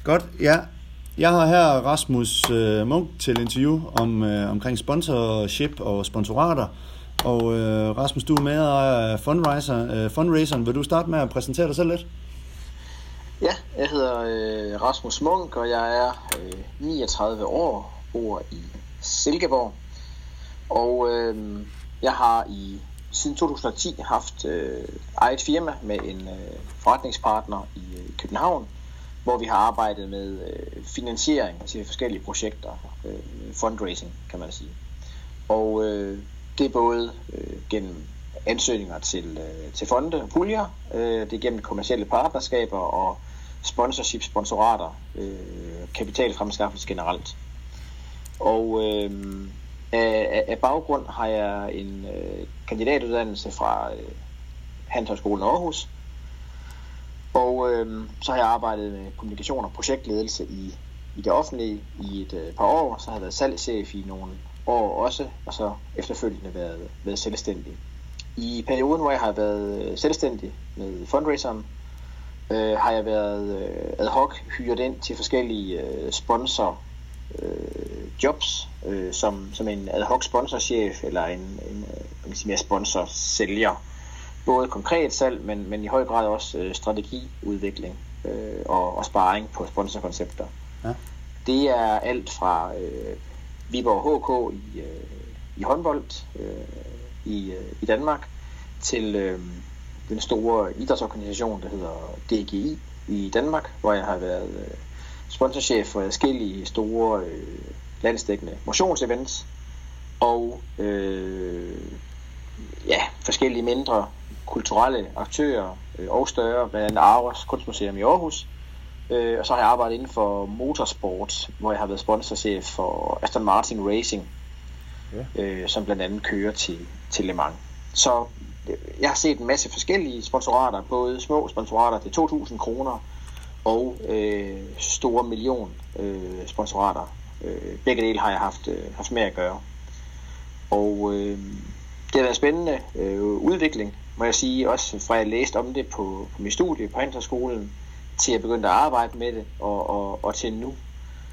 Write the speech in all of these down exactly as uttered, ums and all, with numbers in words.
Godt, ja. Jeg har her Rasmus øh, Munk til interview om, øh, omkring sponsorship og sponsorater. Og øh, Rasmus, du er med af fundraiser, øh, fundraiseren. Vil du starte med at præsentere dig selv lidt? Ja, jeg hedder øh, Rasmus Munk, og jeg er øh, niogtredive år, bor i Silkeborg. Og øh, jeg har i siden to tusind og ti haft øh, eget firma med en øh, forretningspartner i øh, København, hvor vi har arbejdet med øh, finansiering til forskellige projekter, øh, fundraising kan man sige. Og øh, det er både øh, gennem ansøgninger til, øh, til fonde og puljer, øh, det er gennem kommercielle partnerskaber og sponsorship, sponsorater, øh, kapitalfremskaffelse generelt. Og øh, af, af baggrund har jeg en øh, kandidatuddannelse fra øh, Handelshøjskolen Aarhus, og øh, så har jeg arbejdet med kommunikation og projektledelse i, i det offentlige i et øh, par år. Så har jeg været salgschef i nogle år også, og så efterfølgende været, været selvstændig. I perioden, hvor jeg har været selvstændig med fundraiseren, øh, har jeg været øh, ad hoc hyret ind til forskellige øh, sponsor øh, jobs, øh, som, som en ad hoc sponsorchef eller en, en, en mere sponsorsælger. Både konkret salg, men, men i høj grad også øh, strategiudvikling øh, og, og sparring på sponsorkoncepter. Ja. Det er alt fra øh, Viborg H K i, øh, i håndbold øh, i, øh, i Danmark til øh, den store idrætsorganisation, der hedder D G I i Danmark, hvor jeg har været øh, sponsorchef for forskellige store øh, landsdækkende motionsevents og øh, ja, forskellige mindre kulturelle aktører øh, og større, blandt andet Aros Kunstmuseum i Aarhus. Øh, og så har jeg arbejdet inden for motorsport, hvor jeg har været sponsorchef for Aston Martin Racing, ja. øh, som blandt andet kører til, til Le Mans. Så øh, jeg har set en masse forskellige sponsorater, både små sponsorater til to tusind kroner og øh, store million øh, sponsorater. Øh, begge dele har jeg haft, øh, haft med at gøre. Og øh, det har været spændende øh, udvikling, må jeg sige, også fra jeg læste om det på, på mit studie på Handelshøjskolen, til jeg begyndte at arbejde med det, og, og, og til nu,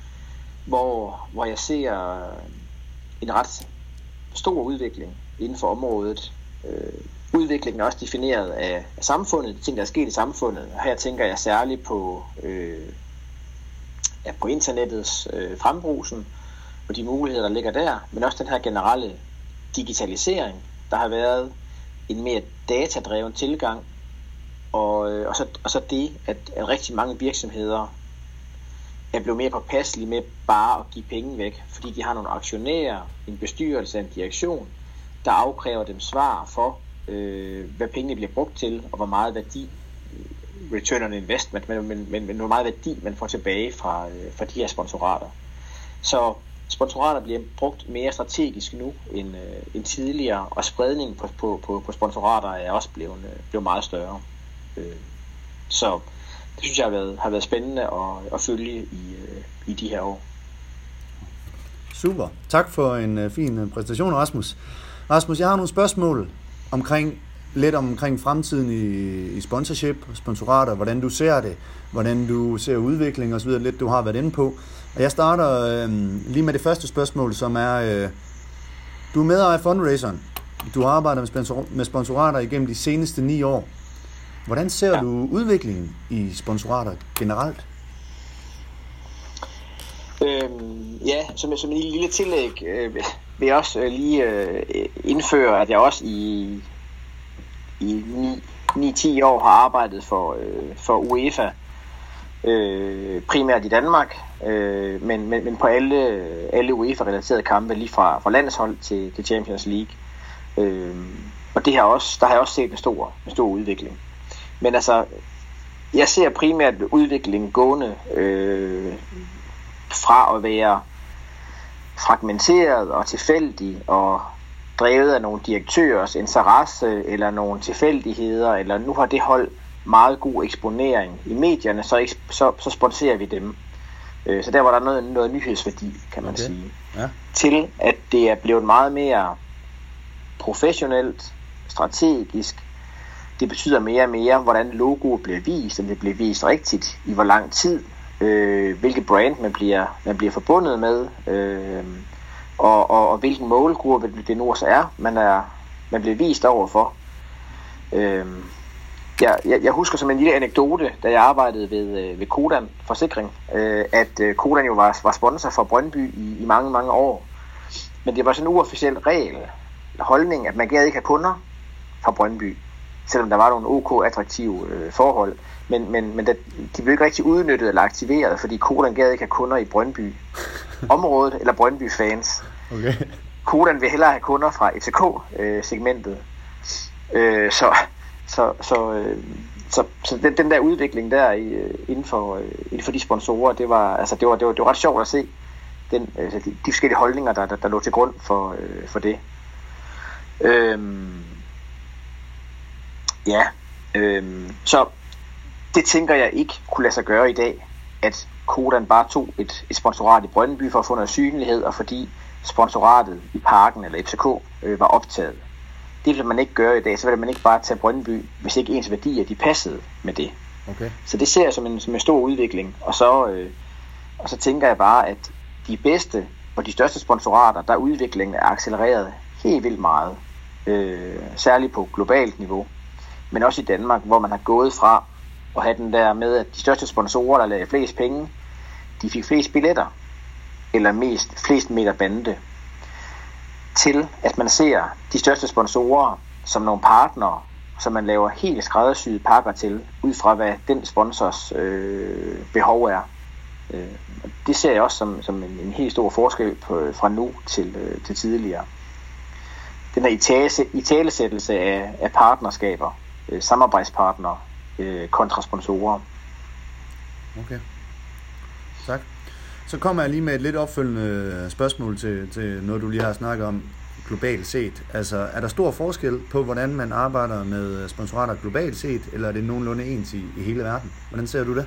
hvor, hvor jeg ser en ret stor udvikling inden for området. Øh, udviklingen er også defineret af, af samfundet, de ting, der er sket i samfundet. Og her tænker jeg særligt på, øh, ja, på internettets øh, frembrusen og de muligheder, der ligger der, men også den her generelle digitalisering. Der har været en mere datadreven tilgang, og, og, så, og så det, at, at rigtig mange virksomheder er blevet mere påpasselige med bare at give penge væk, fordi de har nogle aktionærer, en bestyrelse, en direktion, der afkræver dem svar for, øh, hvad pengene bliver brugt til, og hvor meget værdi, return on investment, men, men, men, men hvor meget værdi man får tilbage fra, øh, fra de her sponsorater. Så sponsorater bliver brugt mere strategisk nu end, øh, end tidligere, og spredningen på, på, på, på sponsorater er også blevet, øh, blevet meget større. Øh, så det synes jeg har været, har været spændende at, at følge i, øh, i de her år. Super. Tak for en øh, fin øh, præsentation, Rasmus. Rasmus, jeg har nogle spørgsmål omkring, lidt omkring fremtiden i, i sponsorship, sponsorater, hvordan du ser det, hvordan du ser udvikling og så videre, lidt du har været inde på. Og jeg starter øh, lige med det første spørgsmål, som er, øh, du er medejer af fundraiseren. Du har arbejdet med, sponsor, med sponsorater igennem de seneste ni år. Hvordan ser ja. du udviklingen i sponsorater generelt? Øhm, ja, som, som en lille tillæg øh, vil jeg også øh, lige øh, indføre, at jeg også i, i ni til ti år har arbejdet for, øh, for UEFA, øh, primært i Danmark, øh, men, men, men på alle, alle UEFA-relaterede kampe, lige fra, fra landshold til, til Champions League. Øh, og det har også, der har jeg også set en stor, en stor udvikling. Men altså, jeg ser primært udviklingen gående øh, fra at være fragmenteret og tilfældig og drevet af nogle direktørers interesse eller nogle tilfældigheder, eller nu har det hold meget god eksponering i medierne, så, så, så sponsorerer vi dem. Øh, så der var der noget, noget nyhedsværdi, kan man okay. sige. Ja. Til at det er blevet meget mere professionelt, strategisk. Det betyder mere og mere, hvordan logoet bliver vist, om det bliver vist rigtigt, i hvor lang tid øh, hvilket brand man bliver, man bliver forbundet med, øh, og, og, og hvilken målgruppe det nu også er, man, er, man bliver vist overfor. Øh, jeg, jeg, jeg husker som en lille anekdote, da jeg arbejdede ved, ved Codan Forsikring, øh, at øh, Codan jo var, var sponsor for Brøndby i, i mange, mange år. Men det var sådan en uofficiel regel, holdning, at man gad ikke have kunder fra Brøndby, selvom der var nogle ok attraktive øh, forhold. Men, men, men der, de blev ikke rigtig udnyttet eller aktiveret, fordi Codan gad ikke have kunder i Brøndby området eller Brøndby fans. Okay. Codan vil hellere have kunder fra F C K-segmentet. Øh, så så, så, øh, så, så den, den der udvikling der i, inden, for, øh, inden for de sponsorer, det var, altså, det var, det var, det var ret sjovt at se den, øh, de, de forskellige holdninger, der, der, der lå til grund for, øh, for det. Øhm, ja, øhm, så det tænker jeg ikke kunne lade sig gøre i dag, at Codan bare tog et, et sponsorat i Brøndby for at få noget synlighed, og fordi sponsoratet i Parken eller F C K øh, var optaget. Det ville man ikke gøre i dag, så ville man ikke bare tage Brøndby, hvis ikke ens værdier de passede med det. Okay. Så det ser jeg som en, som en stor udvikling, og så, øh, og så tænker jeg bare, at de bedste og de største sponsorater, der udviklingen er accelereret helt vildt meget, øh, særligt på globalt niveau, men også i Danmark, hvor man har gået fra at have den der med, at de største sponsorer, der lavede flest penge, de fik flest billetter, eller mest, flest meter bande, til at man ser de største sponsorer som nogle partnere, som man laver helt skræddersyede pakker til, ud fra hvad den sponsors øh, behov er. Øh, det ser jeg også som, som en, en helt stor forskel på, fra nu til, øh, til tidligere. Den her italesættelse af, af partnerskaber, øh, samarbejdspartnere øh, kontra sponsorer. Okay, tak. Så kommer jeg lige med et lidt opfølgende spørgsmål til, til noget, du lige har snakket om globalt set. Altså, er der stor forskel på, hvordan man arbejder med sponsorater globalt set, eller er det nogenlunde ens i, i hele verden? Hvordan ser du det?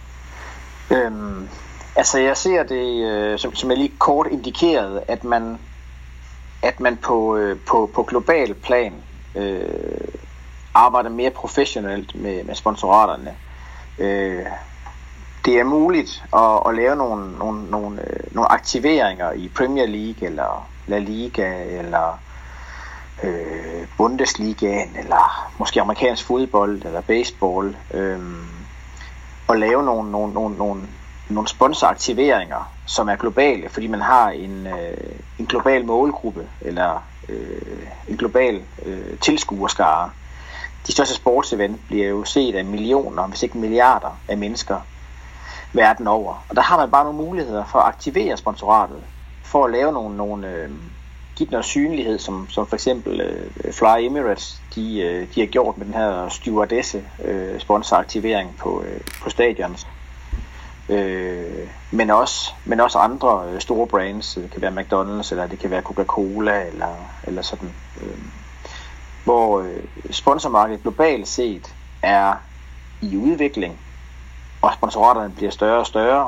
Øhm, altså, jeg ser det, øh, som, som jeg lige kort indikerede, at man, at man på, øh, på, på global plan øh, arbejder mere professionelt med, med sponsoraterne. Øh, Det er muligt at, at lave nogle, nogle, nogle, nogle aktiveringer i Premier League, eller La Liga, eller øh, Bundesligaen, eller måske amerikansk fodbold, eller baseball, øh, og lave nogle, nogle, nogle, nogle, nogle sponsoraktiveringer, som er globale, fordi man har en, øh, en global målgruppe, eller øh, en global øh, tilskuerskare. De største sportsevent bliver jo set af millioner, hvis ikke milliarder af mennesker verden over. Og der har man bare nogle muligheder for at aktivere sponsoratet, for at lave nogle, nogle øh, give noget synlighed, som, som for eksempel øh, Fly Emirates, de, øh, de har gjort med den her stewardesse øh, sponsoraktivering på, øh, på stadions. Øh, men, også, men også andre øh, store brands, det kan være McDonald's, eller det kan være Coca-Cola, eller, eller sådan, øh, hvor øh, sponsormarkedet globalt set er i udvikling, og sponsoraterne bliver større og større.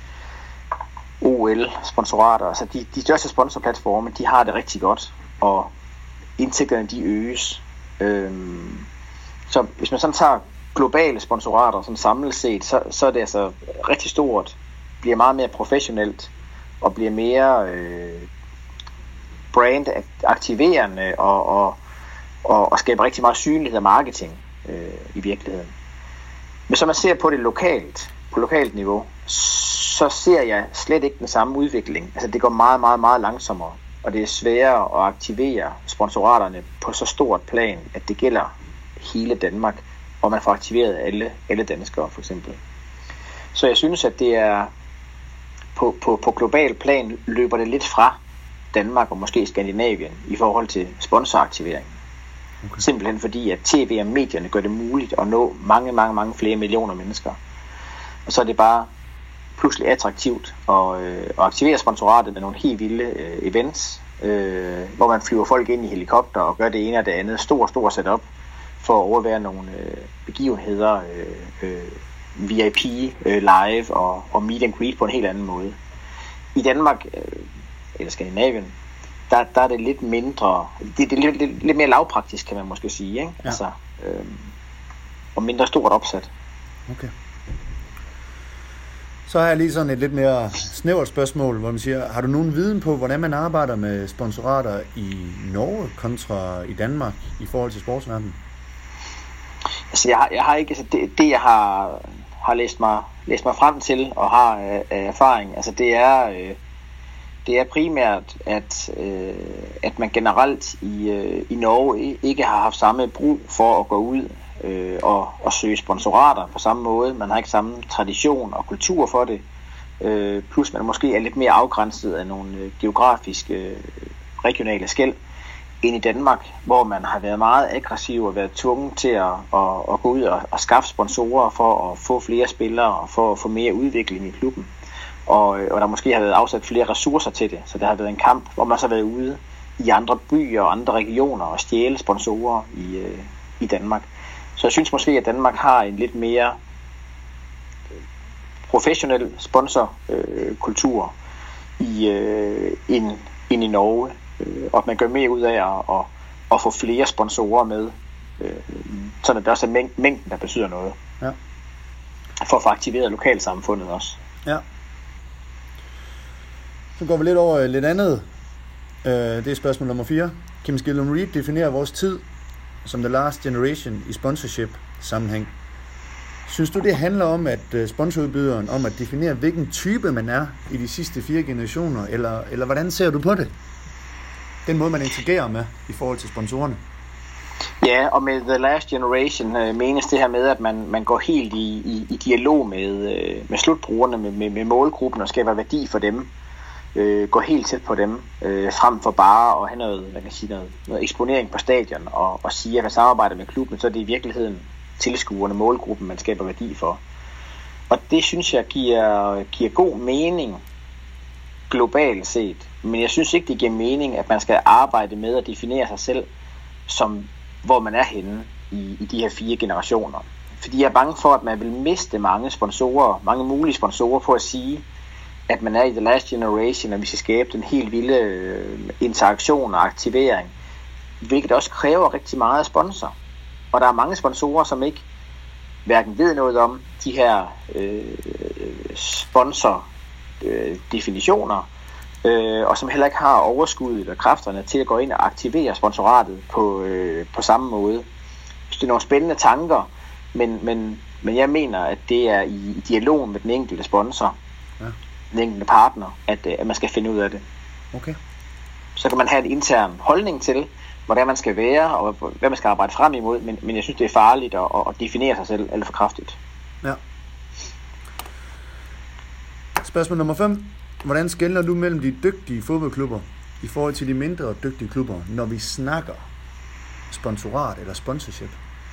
O L-sponsorater, altså de, de største sponsorplatforme, de har det rigtig godt, og indtægterne de øges. Øhm, så hvis man sådan tager globale sponsorater sådan samlet set, så, så er det altså rigtig stort, bliver meget mere professionelt, og bliver mere øh, brand-aktiverende, og, og, og, og skaber rigtig meget synlighed og marketing øh, i virkeligheden. Men så man ser på det lokalt, på lokalt niveau, så ser jeg slet ikke den samme udvikling. Altså det går meget, meget, meget langsommere, og det er sværere at aktivere sponsoraterne på så stort plan, at det gælder hele Danmark, og man får aktiveret alle, alle danskere for eksempel. Så jeg synes, at det er på, på, på global plan løber det lidt fra Danmark og måske Skandinavien i forhold til sponsoraktivering. Okay. Simpelthen fordi, at tv og medierne gør det muligt at nå mange, mange, mange flere millioner mennesker. Og så er det bare pludselig attraktivt at, øh, at aktivere sponsoratet med nogle helt vilde øh, events, øh, hvor man flyver folk ind i helikopter og gør det ene og det andet. Stor, stor setup for at overvære nogle øh, begivenheder, øh, øh, V I P øh, live og, og meet and greet på en helt anden måde. I Danmark, øh, eller Skandinavien, Der, der er det lidt mindre, det, det er lidt, lidt, lidt mere lavpraktisk, kan man måske sige, ikke? Ja. Altså, øhm, og mindre stort opsat. Okay. Så har jeg lige sådan et lidt mere snævert spørgsmål, hvor man siger, har du nogen viden på, hvordan man arbejder med sponsorater i Norge kontra i Danmark i forhold til sportsverdenen? Altså, jeg har, jeg har ikke, altså det, det jeg har, har læst, mig, læst mig frem til og har af øh, erfaring, altså det er, øh, det er primært, at, øh, at man generelt i, øh, i Norge ikke har haft samme brug for at gå ud øh, og, og søge sponsorater på samme måde. Man har ikke samme tradition og kultur for det. Øh, plus man måske er lidt mere afgrænset af nogle øh, geografiske øh, regionale skel end i Danmark, hvor man har været meget aggressiv og været tvunget til at, at, at gå ud og, og skaffe sponsorer for at få flere spillere og for at få mere udvikling i klubben. Og, og der måske har været afsat flere ressourcer til det, så der har været en kamp, hvor man så har været ude i andre byer og andre regioner og stjæle sponsorer i, øh, i Danmark. Så jeg synes måske, at Danmark har en lidt mere professionel sponsorkultur øh, i, øh, end, end i Norge, øh, og at man gør mere ud af at, at, at få flere sponsorer med, øh, så det også er mæng- mængden, der betyder noget. Ja. For at få aktiveret lokalsamfundet også. Ja. Så går vi lidt over lidt andet. Det er spørgsmål nummer fire. Kim Skillum Reed definerer vores tid som the last generation i sponsorship sammenhæng. Synes du, det handler om, at sponsorudbyderen om at definere, hvilken type man er i de sidste fire generationer, eller, eller hvordan ser du på det? Den måde, man interagerer med i forhold til sponsorerne. Ja, og med The Last Generation øh, menes det her med, at man, man går helt i, i, i dialog med, øh, med slutbrugerne, med, med, med målgruppen og skaber værdi for dem. Øh, går helt tæt på dem, øh, frem for bare at have noget, hvad kan jeg sige, noget, noget eksponering på stadion og, og sige, at man samarbejder med klubben, så er det i virkeligheden tilskuerne, målgruppen, man skaber værdi for. Og det synes jeg giver, giver god mening globalt set, men jeg synes ikke, det giver mening, at man skal arbejde med at definere sig selv som hvor man er henne i, i de her fire generationer. Fordi jeg er bange for, at man vil miste mange sponsorer, mange mulige sponsorer på at sige, at man er i the last generation, og vi skal skabe den helt vilde øh, interaktion og aktivering, hvilket også kræver rigtig meget af sponsor. Og der er mange sponsorer, som ikke hverken ved noget om de her øh, sponsor øh, definitioner, øh, og som heller ikke har overskuddet og kræfterne til at gå ind og aktivere sponsoratet på, øh, på samme måde. Så det er nogle spændende tanker, men, men, men jeg mener, at det er i, i dialog med den enkelte sponsor, ja. Den enkelte partner, at, at man skal finde ud af det. Okay. Så kan man have en intern holdning til, hvordan man skal være, og hvad man skal arbejde frem imod, men, men jeg synes, det er farligt at, at definere sig selv alt for kraftigt. Ja. Spørgsmål nummer fem. Hvordan skelner du mellem de dygtige fodboldklubber i forhold til de mindre dygtige klubber, når vi snakker sponsorat eller sponsorship?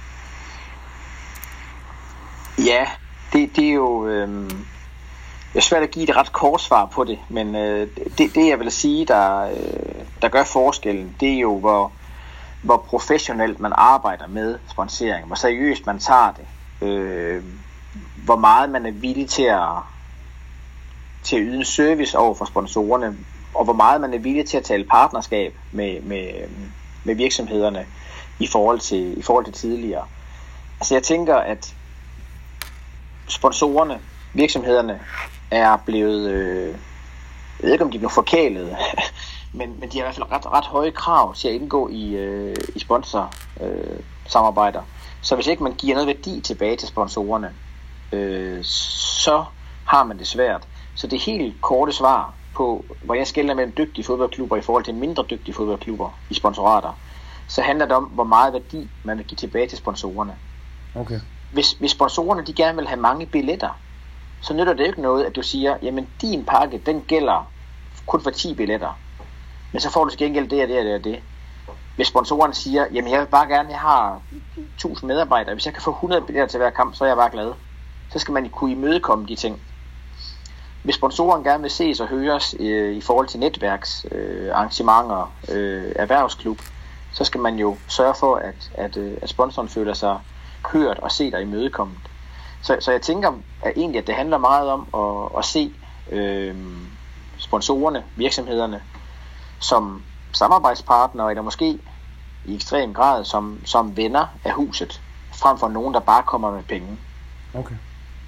Ja, det, det er jo... Øh, det er svært at give et ret kort svar på det, men øh, det, det jeg vil sige, der, øh, der gør forskellen, det er jo, hvor, hvor professionelt man arbejder med sponsering, hvor seriøst man tager det, øh, hvor meget man er villig til at, til at yde en service over for sponsorerne, og hvor meget man er villig til at tale partnerskab med, med, med virksomhederne i forhold til, i forhold til tidligere. Altså jeg tænker, at sponsorerne, virksomhederne, er blevet, øh, jeg ved ikke om de blev forkælet, men, men de har i hvert fald ret, ret høje krav til at indgå i, øh, i sponsor øh, samarbejder. Så hvis ikke man giver noget værdi tilbage til sponsorerne, øh, så har man det svært. Så det helt korte svar på, hvor jeg skelner mellem dygtige fodboldklubber i forhold til mindre dygtige fodboldklubber i sponsorater, så handler det om, hvor meget værdi man vil give tilbage til sponsorerne. Okay. Hvis, hvis sponsorerne de gerne vil have mange billetter, så nytter det ikke noget, at du siger, jamen din pakke, den gælder kun for ti billetter. Men så får du til gengæld det og det og det og det. Hvis sponsorerne siger, jamen jeg vil bare gerne, jeg har tusind medarbejdere, hvis jeg kan få hundrede billetter til hver kamp, så er jeg bare glad. Så skal man kunne imødekomme de ting. Hvis sponsoren gerne vil ses og høres øh, i forhold til netværksarrangementer, øh, øh, erhvervsklub, så skal man jo sørge for, at, at, øh, at sponsoren føler sig hørt og set og imødekommet. Så, så jeg tænker at egentlig, at det handler meget om at, at se øh, sponsorerne, virksomhederne, som samarbejdspartnere, eller måske i ekstrem grad som, som venner af huset, frem for nogen, der bare kommer med penge. Okay.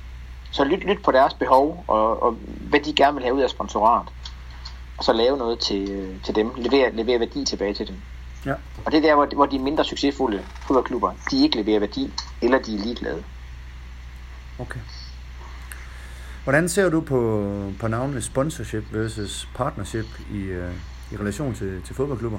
så lyt, lyt på deres behov, og, og hvad de gerne vil have ud af sponsorat. Og så lave noget til, til dem, levere, levere værdi tilbage til dem. Ja. Og det er der, hvor, hvor de mindre succesfulde fodboldklubber, de ikke leverer værdi, eller de er ligeglade. Okay. Hvordan ser du på, på navnet sponsorship versus partnership i, uh, i relation til, til fodboldklubber?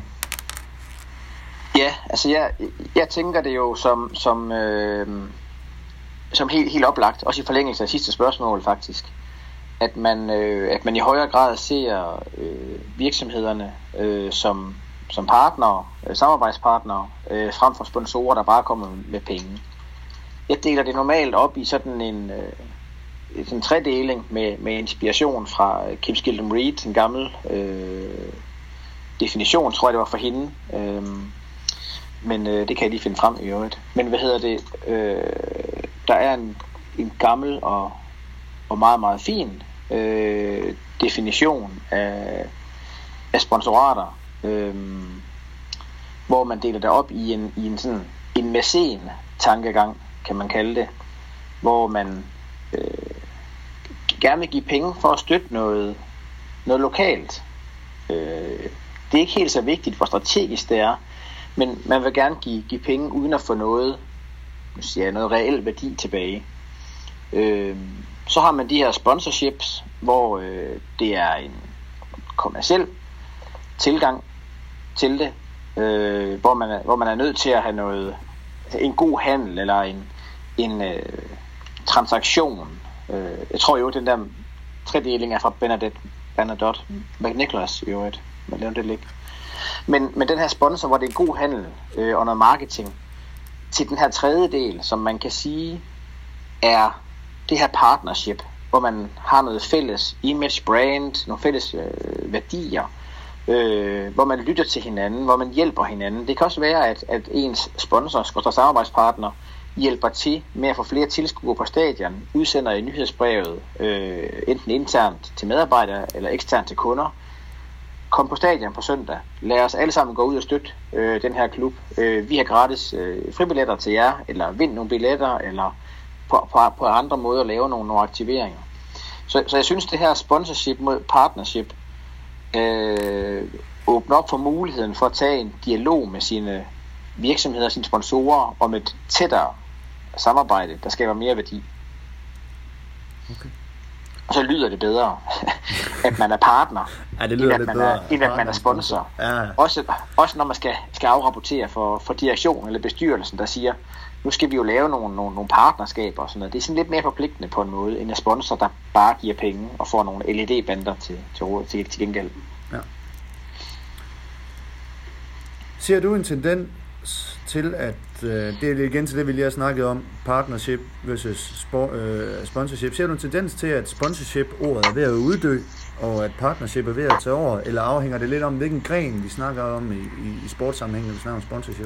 Ja, altså jeg, jeg tænker det jo som, som, øh, som helt, helt oplagt, også i forlængelse af sidste spørgsmål faktisk, at man, øh, at man i højere grad ser øh, virksomhederne øh, som, som partnere, øh, samarbejdspartnere, øh, frem for sponsorer, der bare kommer med penge. Jeg deler det normalt op i sådan en, øh, en tredeling med, med inspiration fra Kim Skildum Reid, en gammel øh, definition, tror jeg det var for hende. Øh, men øh, det kan jeg lige finde frem i øvrigt. Men hvad hedder det? Øh, der er en, en gammel og, og meget, meget fin øh, definition af, af sponsorater, øh, hvor man deler det op i en, i en sådan en mæcen tankegang, kan man kalde det, hvor man øh, gerne vil give penge for at støtte noget, noget lokalt. Øh, det er ikke helt så vigtigt, hvor strategisk det er, men man vil gerne give, give penge uden at få noget, nu siger jeg, noget reel værdi tilbage. Øh, så har man de her sponsorships, hvor øh, det er en kommerciel tilgang til det, øh, hvor, man er, hvor man er nødt til at have noget, en god handel eller en, en øh, transaktion. Øh, jeg tror jo, den der tredeling er fra Bernadette, Bernadotte McNicholas i øvrigt. Man laver det ikke. Men, men den her sponsor, hvor det er god handel øh, og noget marketing, til den her tredje del, som man kan sige er det her partnership, hvor man har noget fælles image, brand, nogle fælles øh, værdier, øh, hvor man lytter til hinanden, hvor man hjælper hinanden. Det kan også være, at, at ens sponsor, eller samarbejdspartner, hjælper til med at få flere tilskuere på stadion, udsender i nyhedsbrevet, øh, enten internt til medarbejdere eller eksternt til kunder. Kom på stadion på søndag. Lad os alle sammen gå ud og støtte øh, den her klub. Øh, vi har gratis øh, fribilletter til jer, eller vind nogle billetter, eller på, på, på andre måder lave nogle, nogle aktiveringer. Så, så jeg synes, det her sponsorship mod partnership øh, åbner op for muligheden for at tage en dialog med sine virksomheder og sine sponsorer om et tættere samarbejde, der skaber mere værdi. Okay. Og så lyder det bedre, at man er partner, ja, det lyder end, at man bedre. er, end at man er sponsor. Ja. Også, også når man skal, skal afrapportere for, for direktionen eller bestyrelsen, der siger, nu skal vi jo lave nogle, nogle, nogle partnerskaber og sådan noget. Det er sådan lidt mere forpligtende på en måde, end en sponsor, der bare giver penge og får nogle L E D-bander til, til, til, til gengæld. Ja. Ser du en tendens til, at øh, det er igen til det, vi lige har snakket om, partnership versus spor, øh, sponsorship. Ser du en tendens til, at sponsorship-ordet er ved at uddø, og at partnership er ved at tage over, eller afhænger det lidt om, hvilken gren vi snakker om i, i, i sportssammenhæng, når vi snakker om sponsorship?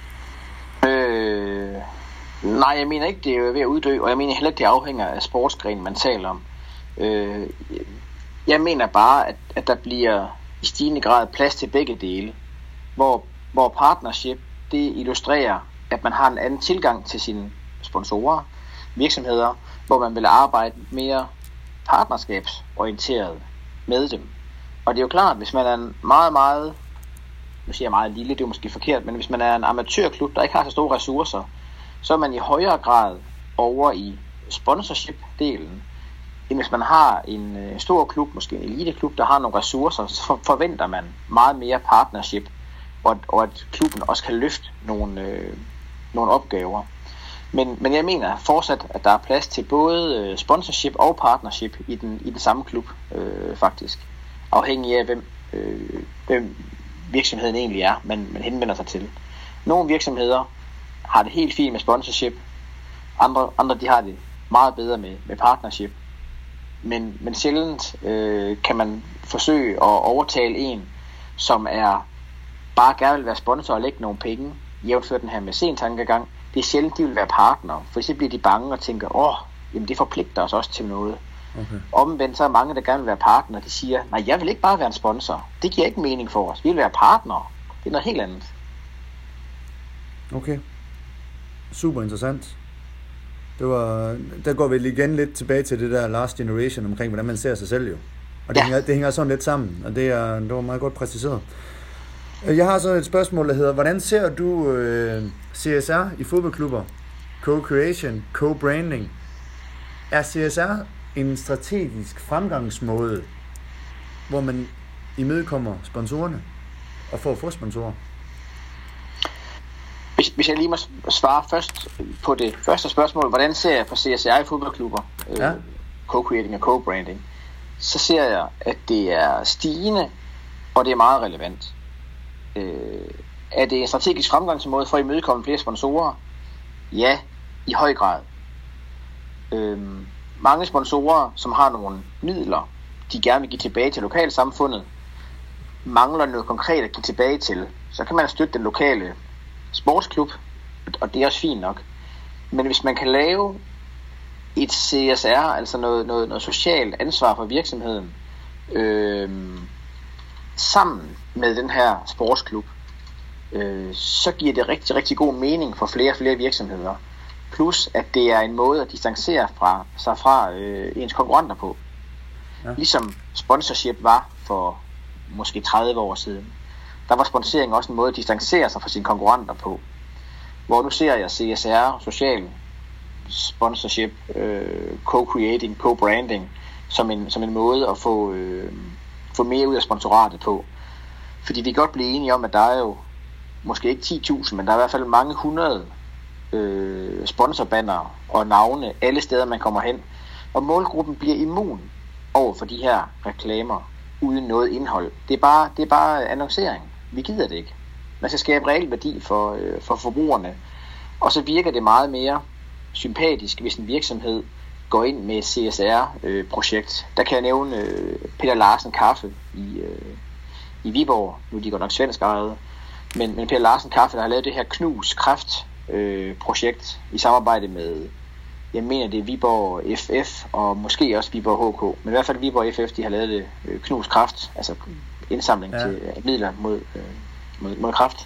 Øh, nej, jeg mener ikke, det er ved at uddø, og jeg mener heller ikke, det afhænger af sportsgrenen, man taler om. Øh, jeg mener bare, at, at der bliver i stigende grad plads til begge dele, hvor, hvor partnership, det illustrerer, at man har en anden tilgang til sine sponsorer, virksomheder, hvor man vil arbejde mere partnerskabsorienteret med dem. Og det er jo klart, hvis man er en meget, meget, nu siger jeg meget lille, det er måske forkert, men hvis man er en amatørklub, der ikke har så store ressourcer, så er man i højere grad over i sponsorship-delen, end hvis man har en stor klub, måske en eliteklub, der har nogle ressourcer, så forventer man meget mere partnership, og, og at klubben også kan løfte nogle, øh, nogle opgaver. Men, men jeg mener fortsat, at der er plads til både sponsorship og partnership i den, i den samme klub, øh, faktisk. Afhængig af, hvem, øh, hvem virksomheden egentlig er, man, man henvender sig til. Nogle virksomheder har det helt fint med sponsorship, andre, andre de har det meget bedre med, med partnership. Men, men sjældent øh, kan man forsøge at overtale en, som er bare gerne vil være sponsor og lægge nogle penge, jævnfør den her mæcen-tankegang. Det er sjældent, de vil være partner, for så bliver de bange og tænker, åh, jamen det forpligter os også til noget. Okay. Omvendt så er mange, der gerne vil være partner, de siger, nej, jeg vil ikke bare være en sponsor. Det giver ikke mening for os. Vi vil være partner. Det er noget helt andet. Okay. Super interessant. Det var, der går vi igen lidt tilbage til det der last generation omkring, hvordan man ser sig selv jo. Og det, ja. hænger, det hænger sådan lidt sammen, og det, er, det var meget godt præciseret. Jeg har så et spørgsmål, der hedder, hvordan ser du øh, C S R i fodboldklubber? Co-creation, co-branding. Er C S R en strategisk fremgangsmåde, hvor man imødekommer sponsorerne og får at få sponsorer? Hvis, hvis jeg lige må svare først på det første spørgsmål, hvordan ser jeg på C S R i fodboldklubber, ja. øh, co-creating og co-branding, så ser jeg, at det er stigende, og det er meget relevant. Øh, er det en strategisk fremgangsmåde for at imødekomme flere sponsorer? Ja, i høj grad. Øh, mange sponsorer, som har nogle midler, de gerne vil give tilbage til lokalsamfundet, mangler noget konkret at give tilbage til. Så kan man støtte den lokale sportsklub, og det er også fint nok. Men hvis man kan lave et C S R, altså noget, noget, noget socialt ansvar for virksomheden, øh, sammen med den her sportsklub, øh, så giver det rigtig, rigtig god mening for flere og flere virksomheder. Plus, at det er en måde at distancere fra, sig fra øh, ens konkurrenter på. Ja. Ligesom sponsorship var for måske tredive år siden. Der var sponsering også en måde at distancere sig fra sine konkurrenter på. Hvor nu ser jeg C S R, social sponsorship, øh, co-creating, co-branding som en, som en måde at få, øh, få mere ud af sponsoratet på. Fordi vi kan godt blive enige om, at der er jo måske ikke ti tusind, men der er i hvert fald mange hundrede øh, sponsorbanner og navne alle steder, man kommer hen. Og målgruppen bliver immun over for de her reklamer uden noget indhold. Det er bare, det er bare annoncering. Vi gider det ikke. Man skal skabe reel værdi for, øh, for forbrugerne. Og så virker det meget mere sympatisk, hvis en virksomhed går ind med et C S R-projekt. Der kan jeg nævne øh, Peter Larsen Kaffe i, øh, i Viborg. Nu er de godt nok svensk ejet. Men, men Peter Larsen Kaffe, der har lavet det her Knus Kræft-projekt øh, i samarbejde med, jeg mener det er Viborg F F og måske også Viborg H K. Men i hvert fald Viborg F F, de har lavet det øh, Knus Kræft, altså indsamling ja. til midler mod, øh, mod, mod kræft.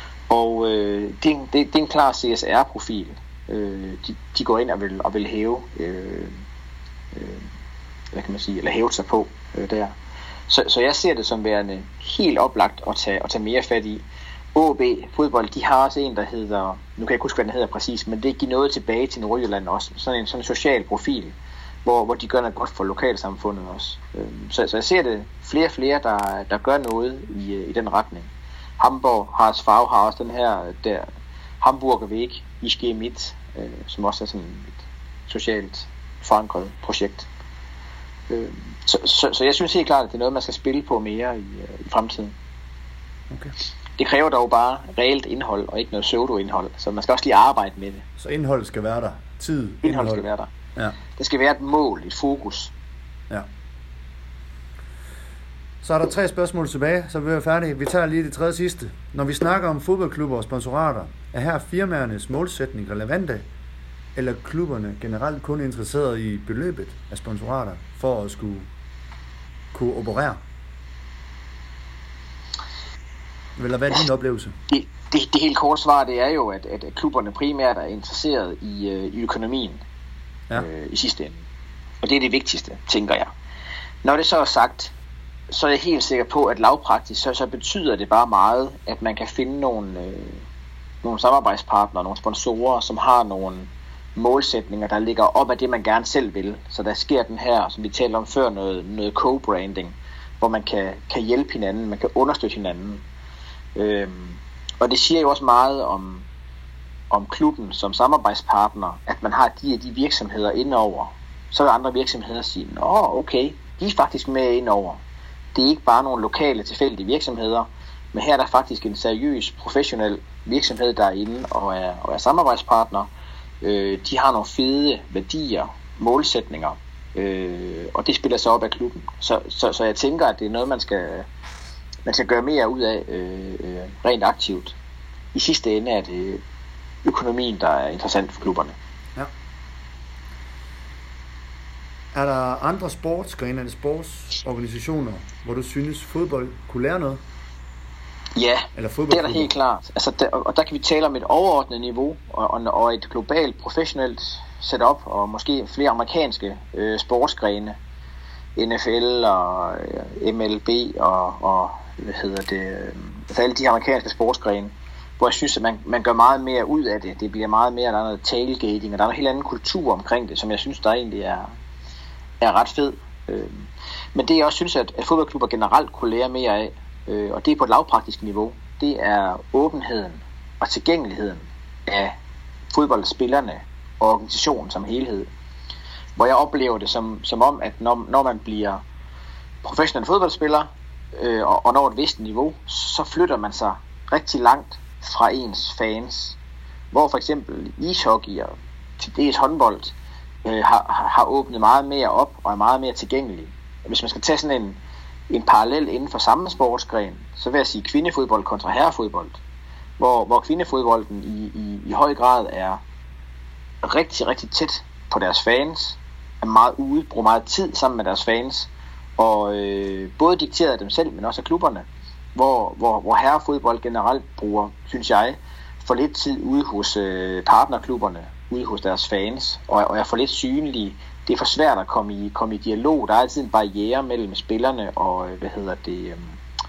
Og øh, det, det, det er en klar C S R-profil. Øh, de, de går ind og vil, og vil hæve, øh, øh, hvad kan man sige, eller hæve sig på øh, der. Så, så jeg ser det som værende helt oplagt at tage, at tage mere fat i. O B fodbold, de har også en, der hedder, nu kan jeg ikke huske, hvad den hedder præcis, men det giver noget tilbage til Nordjylland også. Sådan en, sådan en social profil, hvor, hvor de gør noget godt for lokalsamfundet også. Så, så jeg ser det flere og flere, der, der gør noget i, i den retning. Hamburg har Sfag har også den her der Hamburger Weg, I G Midt, øh, som også er sådan et socialt forankret projekt. Øh, så, så, så jeg synes helt klart, at det er noget, man skal spille på mere i, i fremtiden. Okay. Det kræver dog bare reelt indhold, og ikke noget pseudo-indhold. Så man skal også lige arbejde med det. Så indhold skal være der? Tid? Indhold, indhold skal være der. Ja. Det skal være et mål, et fokus. Ja. Så er der tre spørgsmål tilbage, så er vi færdige. Vi tager lige det tredje sidste. Når vi snakker om fodboldklubber og sponsorater, er her firmaernes målsætning relevante, eller klubberne generelt kun interesseret i beløbet af sponsorater for at skulle kunne operere? Eller hvad er din oplevelse? Det, det, det helt korte svar, det er jo, at, at klubberne primært er interesseret i, øh, i økonomien ja. øh, i sidste ende. Og det er det vigtigste, tænker jeg. Når det så er sagt, så er jeg helt sikker på, at lavpraktisk, så, så betyder det bare meget, at man kan finde nogle, øh, nogle samarbejdspartnere, nogle sponsorer, som har nogle målsætninger, der ligger op af det, man gerne selv vil. Så der sker den her, som vi talte om før, noget, noget co-branding, hvor man kan, kan hjælpe hinanden, man kan understøtte hinanden. Øhm, og det siger jo også meget om, om klubben som samarbejdspartner, at man har de de virksomheder indover. Så vil andre virksomheder sige, åh okay, de er faktisk med indover. Det er ikke bare nogle lokale tilfældige virksomheder, men her er der faktisk en seriøs, professionel virksomhed, der er inde og er, og er samarbejdspartner. Øh, de har nogle fede værdier, målsætninger, øh, og det spiller sig op af klubben. Så, så, så jeg tænker, at det er noget, man skal... Man skal gøre mere ud af øh, øh, rent aktivt. I sidste ende er det økonomien, der er interessant for klubberne. Ja. Er der andre sportsgrene eller sportsorganisationer, hvor du synes, fodbold kunne lære noget? Ja, eller det er der helt klart. Altså, der, og der kan vi tale om et overordnet niveau og, og, og et globalt, professionelt setup, og måske flere amerikanske øh, sportsgrene, N F L og øh, M L B og, og hvad hedder det, øh, altså alle de amerikanske sportsgrene, hvor jeg synes, at man, man gør meget mere ud af det. Det bliver meget mere, der er noget tailgating, og der er en helt anden kultur omkring det, som jeg synes, der egentlig er, er ret fed. Øh, men det jeg også synes, at, at fodboldklubber generelt kunne lære mere af, øh, og det er på et lavpraktisk niveau, det er åbenheden og tilgængeligheden af fodboldspillerne og organisationen som helhed. Hvor jeg oplever det som, som om, at når, når man bliver professionel fodboldspiller øh, og, og når et vist niveau, så flytter man sig rigtig langt fra ens fans. Hvor for eksempel ishockey og til dels håndbold øh, har, har åbnet meget mere op og er meget mere tilgængelig. Hvis man skal tage sådan en, en parallel inden for samme sportsgren, så vil jeg sige kvindefodbold kontra herrefodbold. Hvor, hvor kvindefodbolden i, i, i høj grad er rigtig, rigtig tæt på deres fans, er meget ude, bruger meget tid sammen med deres fans, og øh, både dikteret af dem selv, men også af klubberne, hvor, hvor, hvor herrefodbold generelt bruger, synes jeg, for lidt tid ude hos øh, partnerklubberne, ude hos deres fans, og, og er for lidt synlige. Det er for svært at komme i, komme i dialog. Der er altid en barriere mellem spillerne og, hvad hedder det, øh,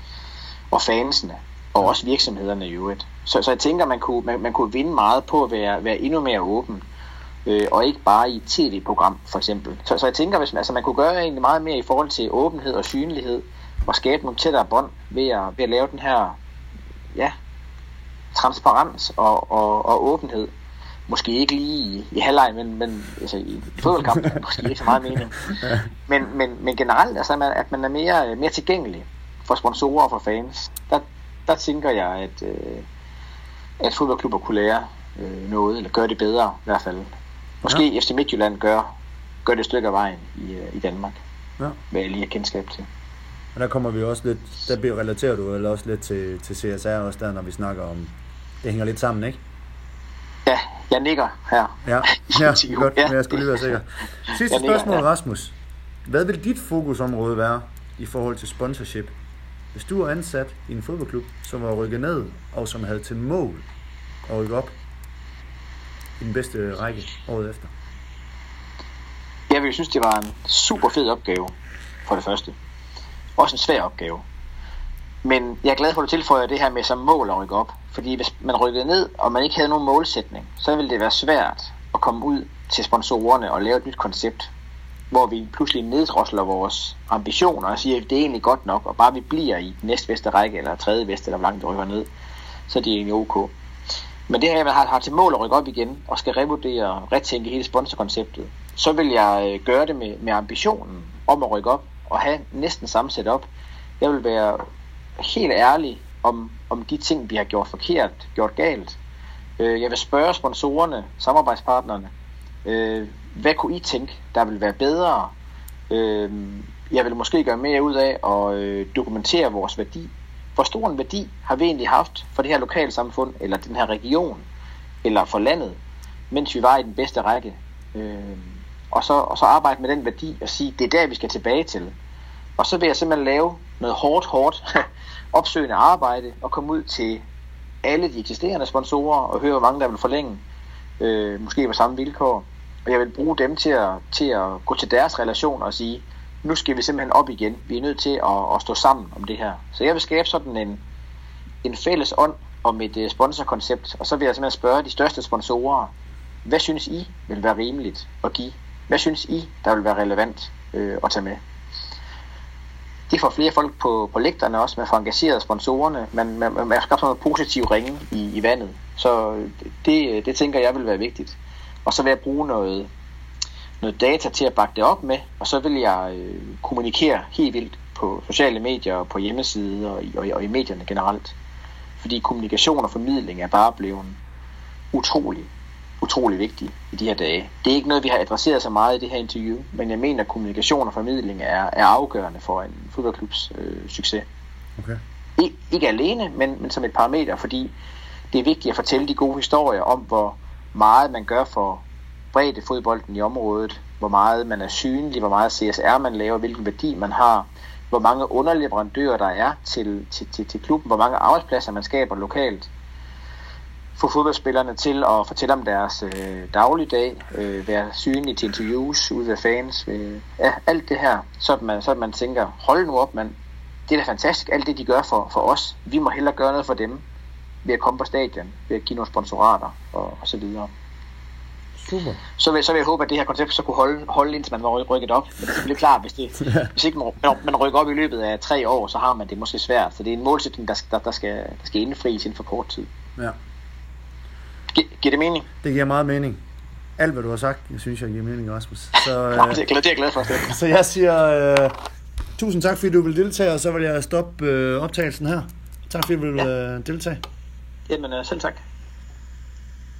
og fansene, og også virksomhederne i øvrigt. Så, så jeg tænker, man kunne, man, man kunne vinde meget på at være, være endnu mere åben, øh, og ikke bare i et tv-program for eksempel. Så, så jeg tænker, hvis man, altså, man kunne gøre egentlig meget mere i forhold til åbenhed og synlighed, og skabe nogle tættere bånd ved at, ved at lave den her ja, transparens og, og, og åbenhed. Måske ikke lige i, i halvleg, men, men altså, i fodboldkampen måske ikke så meget mening. Men, men, men generelt, altså, at man er mere, mere tilgængelig for sponsorer og for fans. Der, der tænker jeg, at, øh, at fodboldklubber kunne lære øh, noget, eller gøre det bedre i hvert fald. Måske ja. F C Midtjylland gør, gør det et stykke af vejen i, i Danmark, ja. Hvad jeg lige har kendskab til. Og der kommer vi også lidt, der bliver relateret du eller også lidt til, til C S R også der, når vi snakker om, det hænger lidt sammen, ikke? Ja, jeg nikker her. Ja, ja godt, men jeg skulle lige være sikker. Sidste nikker, spørgsmål, ja. Rasmus. Hvad vil dit fokusområde være i forhold til sponsorship, hvis du er ansat i en fodboldklub, som var rykket ned, og som havde til mål at rykke op i den bedste række året efter? Jeg vil synes, det var en super fed opgave, for det første. Også en svær opgave. Men jeg er glad for, at du tilføjer det her med som mål at rykke op. Fordi hvis man rykkede ned, og man ikke havde nogen målsætning, så ville det være svært at komme ud til sponsorerne og lave et nyt koncept, hvor vi pludselig neddrosler vores ambitioner og siger, at det er egentlig godt nok, og bare vi bliver i den næstbedste række, eller tredje bedste, eller hvor langt vi rykker ned, så er det egentlig ok. Men det her, jeg har, har til mål at rykke op igen, og skal revurdere og retænke hele sponsorkonceptet, så vil jeg gøre det med, med ambitionen om at rykke op, og have næsten samme setup. Jeg vil være helt ærlig om, om de ting, vi har gjort forkert, gjort galt. Jeg vil spørge sponsorerne, samarbejdspartnerne, hvad kunne I tænke, der vil være bedre? Jeg vil måske gøre mere ud af at dokumentere vores værdi. Hvor stor en værdi har vi egentlig haft for det her lokalsamfund, eller den her region, eller for landet, mens vi var i den bedste række? Og så, og så arbejde med den værdi og sige, det er der, vi skal tilbage til. Og så vil jeg simpelthen lave noget hårdt, hårdt opsøgende arbejde og komme ud til alle de eksisterende sponsorer og høre, hvor mange der vil forlænge, øh, måske på samme vilkår. Og jeg vil bruge dem til at, til at gå til deres relationer og sige, nu skal vi simpelthen op igen. Vi er nødt til at, at stå sammen om det her. Så jeg vil skabe sådan en, en fælles ånd om et sponsorkoncept, og så vil jeg simpelthen spørge de største sponsorer, hvad synes I vil være rimeligt at give? Hvad synes I, der vil være relevant øh, at tage med? Det får flere folk på, på lægterne også, man får engageret sponsorerne, man, man, man har skabt sådan noget positiv ringe i, i vandet. Så det, det tænker jeg vil være vigtigt. Og så vil jeg bruge noget, noget data til at bakke det op med, og så vil jeg øh, kommunikere helt vildt på sociale medier og på hjemmesider og i, og, og i medierne generelt. Fordi kommunikation og formidling er bare blevet utrolig, utrolig vigtig i de her dage. Det er ikke noget, vi har adresseret så meget i det her interview, men jeg mener, at kommunikation og formidling er, er afgørende for en fodboldklubs øh, succes. Okay. Ik- ikke alene, men, men som et parameter, fordi det er vigtigt at fortælle de gode historier om, hvor meget man gør for bredde fodbolden i området, hvor meget man er synlig, hvor meget C S R man laver, hvilken værdi man har, hvor mange underleverandører der er til, til, til, til klubben, hvor mange arbejdspladser man skaber lokalt. få fodboldspillerne til at fortælle om deres øh, dagligdag, øh, være synlige til interviews ude ved fans, øh, ja, alt det her, så at man, så at man tænker, hold nu op, man, det er da fantastisk, alt det de gør for, for os, vi må hellere gøre noget for dem, ved at komme på stadion, ved at give nogle sponsorater og, og så videre. Super. Så vil, så vil jeg håbe, at det her koncept så kunne holde, holde indtil man var rykket op. Men det er selvfølgelig klart, hvis, det, hvis ikke man, man rykker op i løbet af tre år, så har man det måske svært. Så det er en målsætning, der, der, der, skal, der skal indfries inden for kort tid. Ja. Gi, giver det mening? Det giver meget mening. Alt, hvad du har sagt, jeg synes, jeg giver mening, Rasmus. Så, øh, Nå, det, er, det er jeg glad for. Det. Så jeg siger øh, tusind tak, fordi du vil deltage, og så vil jeg stoppe øh, optagelsen her. Tak, fordi du vil øh, deltage. Jamen, selv tak.